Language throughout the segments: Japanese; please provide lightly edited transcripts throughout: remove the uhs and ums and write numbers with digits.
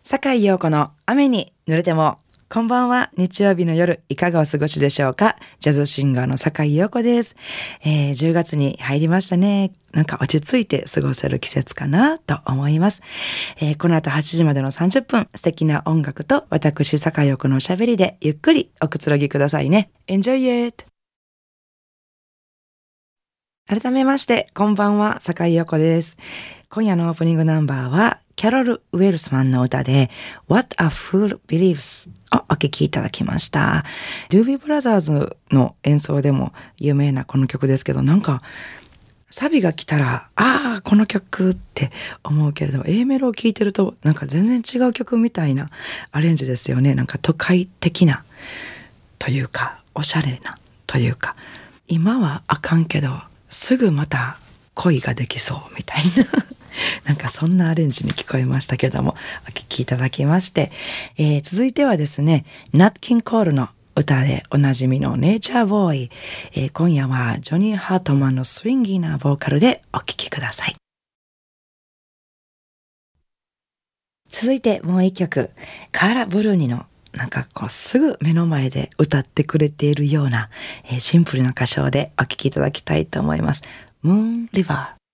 坂井陽子の雨に濡れても。こんばんは。日曜日の夜いかがお過ごしでしょうか。ジャズシンガーの坂井陽子です。10月に入りましたね。なんか落ち着いて過ごせる季節かなと思います。この後8時までの30分、素敵な音楽と私坂井陽子のおしゃべりでゆっくりおくつろぎくださいね。Enjoy it! 改めまして、こんばんは。坂井陽子です。今夜のオープニングナンバーはキャロル・ウェルスマンの歌で What a Fool Believes をお聴きいただきました。ドゥービーブラザーズの演奏でも有名なこの曲ですけど、なんかサビが来たらこの曲って思うけれど A メロを聴いてるとなんか全然違う曲みたいなアレンジですよね。なんか都会的なというかおしゃれなというか、今はあかんけどすぐまた恋ができそうみたいななんかそんなアレンジに聞こえましたけども、お聴きいただきまして、続いてはですね、ナット・キンコールの歌でおなじみのネイチャーボーイ、今夜はジョニー・ハートマンのスインギーなボーカルでお聴きください。続いてもう一曲、カーラ・ブルーニのなんかこうすぐ目の前で歌ってくれているような、シンプルな歌唱でお聴きいただきたいと思います。ムーン・リバー。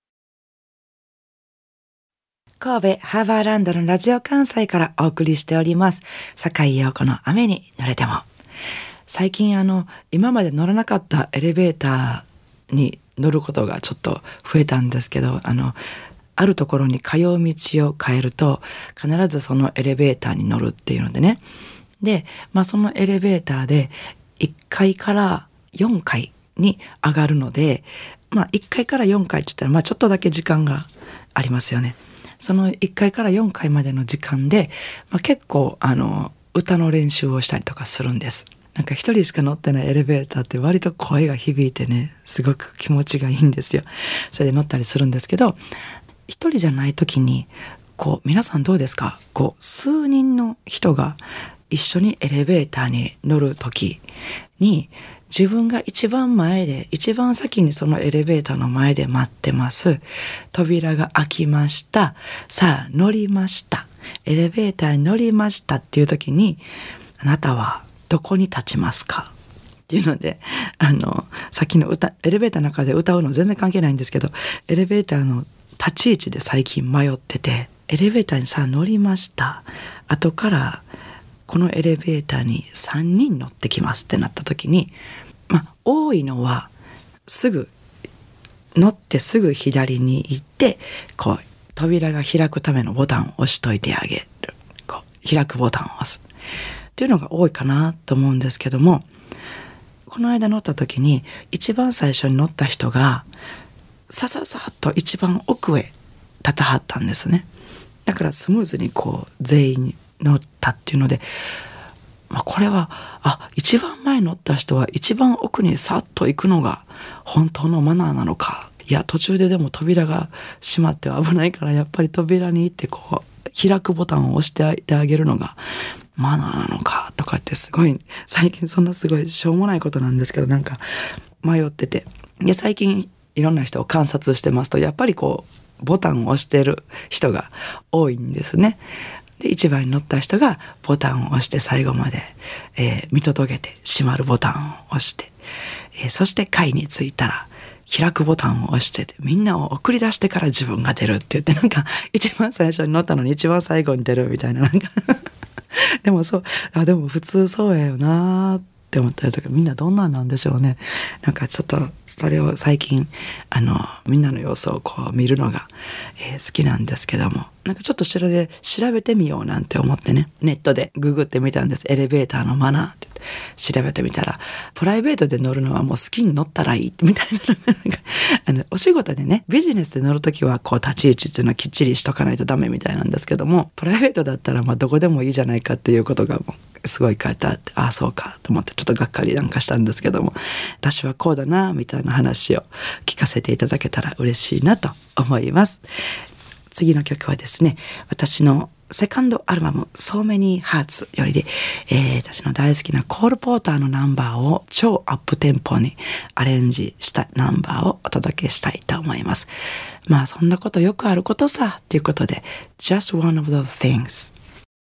神戸ハーバーランドのラジオ関西からお送りしております。坂井陽子の雨に濡れても。最近今まで乗らなかったエレベーターに乗ることがちょっと増えたんですけど、あるところに通う道を変えると必ずそのエレベーターに乗るっていうのでね。で、そのエレベーターで1階から4階に上がるので、1階から4階って言ったらちょっとだけ時間がありますよね。その1階から4階までの時間で、結構歌の練習をしたりとかするんです。なんか一人しか乗ってないエレベーターって割と声が響いてね、すごく気持ちがいいんですよ。それで乗ったりするんですけど、一人じゃない時に皆さんどうですか？数人の人が一緒にエレベーターに乗る時に自分が一番前で一番先にそのエレベーターの前で待ってます。扉が開きました。さあ乗りました。エレベーターに乗りましたっていう時にあなたはどこに立ちますかっていうので、さっきのエレベーターの中で歌うの全然関係ないんですけど、エレベーターの立ち位置で最近迷ってて、エレベーターにさあ乗りました。後からこのエレベーターに3人乗ってきますってなった時に、多いのはすぐ乗ってすぐ左に行って扉が開くためのボタンを押しといてあげる、開くボタンを押すっていうのが多いかなと思うんですけども、この間乗った時に一番最初に乗った人がさっと一番奥へ立たはったんですね。だからスムーズに全員乗ったっていうので、これは一番前乗った人は一番奥にさっと行くのが本当のマナーなのか、いや途中ででも扉が閉まっては危ないからやっぱり扉に行って開くボタンを押してあげるのがマナーなのかとかってすごい最近そんなすごいしょうもないことなんですけど、なんか迷ってて、で最近いろんな人を観察してますとやっぱりボタンを押してる人が多いんですね。で一番に乗った人がボタンを押して最後まで、見届けて閉まるボタンを押して、そして階に着いたら開くボタンを押してみんなを送り出してから自分が出るって言って、なんか一番最初に乗ったのに一番最後に出るみたいな、なんかでもでも普通そうやよなって思ったりとか、みんなどんなんでしょうね。なんかちょっとそれを最近みんなの様子を見るのが、好きなんですけども、なんかちょっと調べてみようなんて思ってね、ネットでググってみたんです。エレベーターのマナーって調べてみたら、プライベートで乗るのはもう好きに乗ったらいいみたいなお仕事でね、ビジネスで乗るときは立ち位置っていうのはきっちりしとかないとダメみたいなんですけども、プライベートだったらどこでもいいじゃないかっていうことがもうすごい書いてあって、そうかと思ってちょっとがっかりなんかしたんですけども、私はこうだなみたいな話を聞かせていただけたら嬉しいなと思います。次の曲はですね、私のセカンドアルバム So Many Hearts よりで、私の大好きなコール・ポーターのナンバーを超アップテンポにアレンジしたナンバーをお届けしたいと思います。そんなことよくあることさということで Just one of those things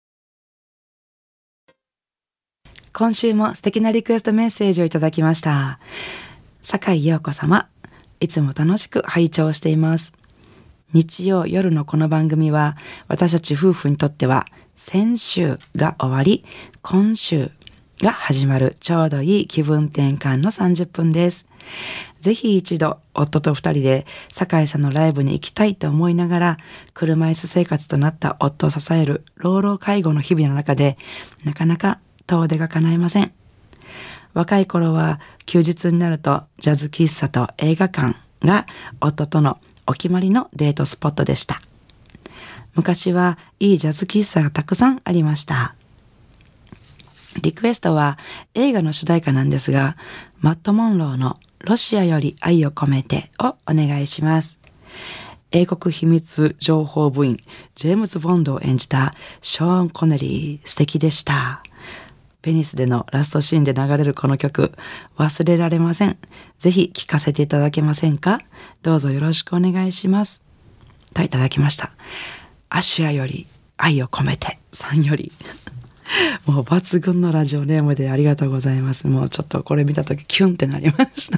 今週も素敵なリクエストメッセージをいただきました。酒井陽子様、いつも楽しく拝聴しています。日曜夜のこの番組は私たち夫婦にとっては先週が終わり今週が始まるちょうどいい気分転換の30分です。ぜひ一度夫と二人で酒井さんのライブに行きたいと思いながら車椅子生活となった夫を支える老老介護の日々の中でなかなか遠出が叶いません。若い頃は休日になるとジャズ喫茶と映画館が夫とのお決まりのデートスポットでした。昔はいいジャズ喫茶がたくさんありました。リクエストは映画の主題歌なんですが、マット・モンローのロシアより愛を込めてをお願いします。英国秘密情報部員ジェームズ・ボンドを演じたショーン・コネリー、素敵でした。ベニスでのラストシーンで流れるこの曲、忘れられません。ぜひ聴かせていただけませんか？どうぞよろしくお願いします。といただきました。アシアより愛を込めてさんよりもう抜群のラジオネームでありがとうございます。もうちょっとこれ見たときキュンってなりました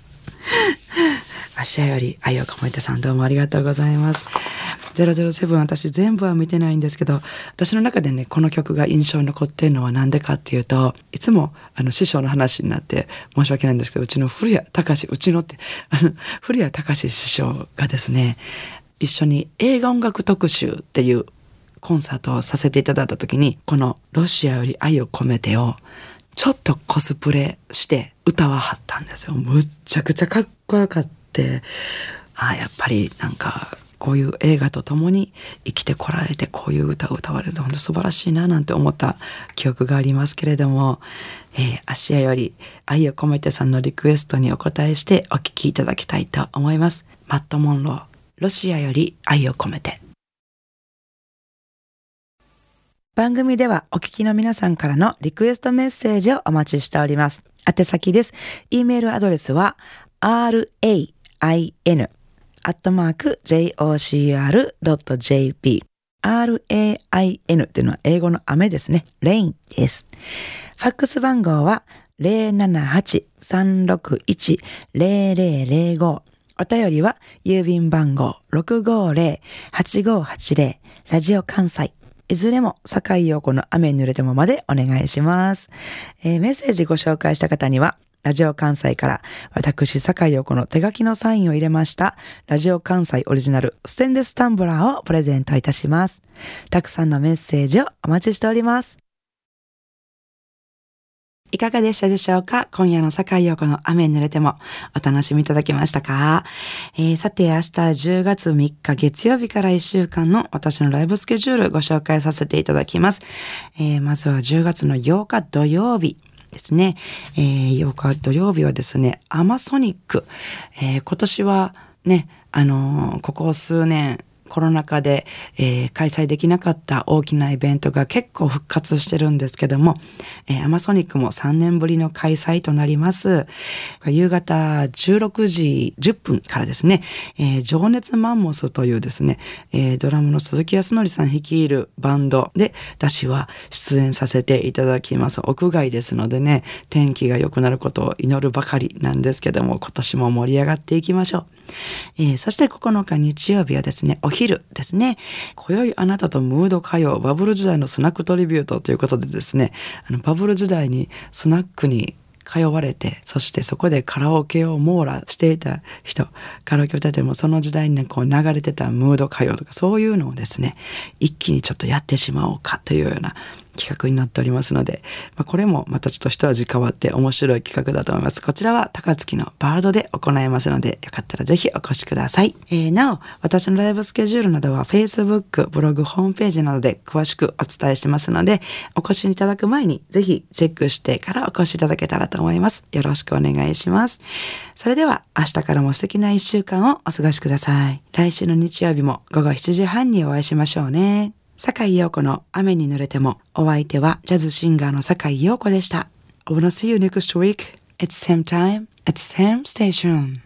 アシアより愛を込めてさん、どうもありがとうございます。007、私全部は見てないんですけど、私の中でねこの曲が印象に残っているのはなんでかっていうと、いつも師匠の話になって申し訳ないんですけど、うちの古谷隆、うちのって古谷隆師匠がですね、一緒に映画音楽特集っていうコンサートをさせていただいた時に、このロシアより愛を込めてをちょっとコスプレして歌わはったんですよ。むっちゃくちゃかっこよかって、やっぱりなんかこういう映画と共に生きてこられてこういう歌を歌われると本当素晴らしいななんて思った記憶がありますけれども、アシアより愛を込めてさんのリクエストにお答えしてお聴きいただきたいと思います。マット・モンロー、ロシアより愛を込めて。番組ではお聞きの皆さんからのリクエストメッセージをお待ちしております。宛先です。e メールアドレスは rain@jocr.jp rain というのは英語の雨ですね。rain です。ファックス番号は 078-361-0005。お便りは郵便番号 650-8580 ラジオ関西。いずれも酒井陽子の雨に濡れてもまでお願いします。メッセージご紹介した方にはラジオ関西から私酒井陽子の手書きのサインを入れましたラジオ関西オリジナルステンレスタンブラーをプレゼントいたします。たくさんのメッセージをお待ちしております。いかがでしたでしょうか？今夜の酒井陽子の雨に濡れてもお楽しみいただけましたか？さて明日10月3日月曜日から1週間の私のライブスケジュールご紹介させていただきます。まずは10月の8日土曜日ですね。8日土曜日はですね、アマソニック。今年はね、ここ数年コロナ禍で、開催できなかった大きなイベントが結構復活してるんですけども、アマソニックも3年ぶりの開催となります。夕方16時10分からですね、情熱マンモスというですね、ドラムの鈴木康則さん率いるバンドで私は出演させていただきます。屋外ですのでね、天気が良くなることを祈るばかりなんですけども、今年も盛り上がっていきましょう。そして9日日曜日はですね、お昼ですね、今宵あなたとムード歌謡バブル時代のスナックトリビュートということでですね、バブル時代にスナックに通われて、そしてそこでカラオケを網羅していた人、カラオケを歌ってもその時代にね、こう流れてたムード歌謡とかそういうのをですね、一気にちょっとやってしまおうかというような企画になっておりますので、これもまたちょっと一味変わって面白い企画だと思います。こちらは高槻のバードで行いますので、よかったらぜひお越しください。なお、私のライブスケジュールなどは Facebook、ブログ、ホームページなどで詳しくお伝えしてますので、お越しいただく前にぜひチェックしてからお越しいただけたらと思います。よろしくお願いします。それでは明日からも素敵な1週間をお過ごしください。来週の日曜日も午後7時半にお会いしましょうね。酒井陽子の雨に濡れても、お相手はジャズシンガーの酒井陽子でした。I wanna see you next week. It's same time, at same station.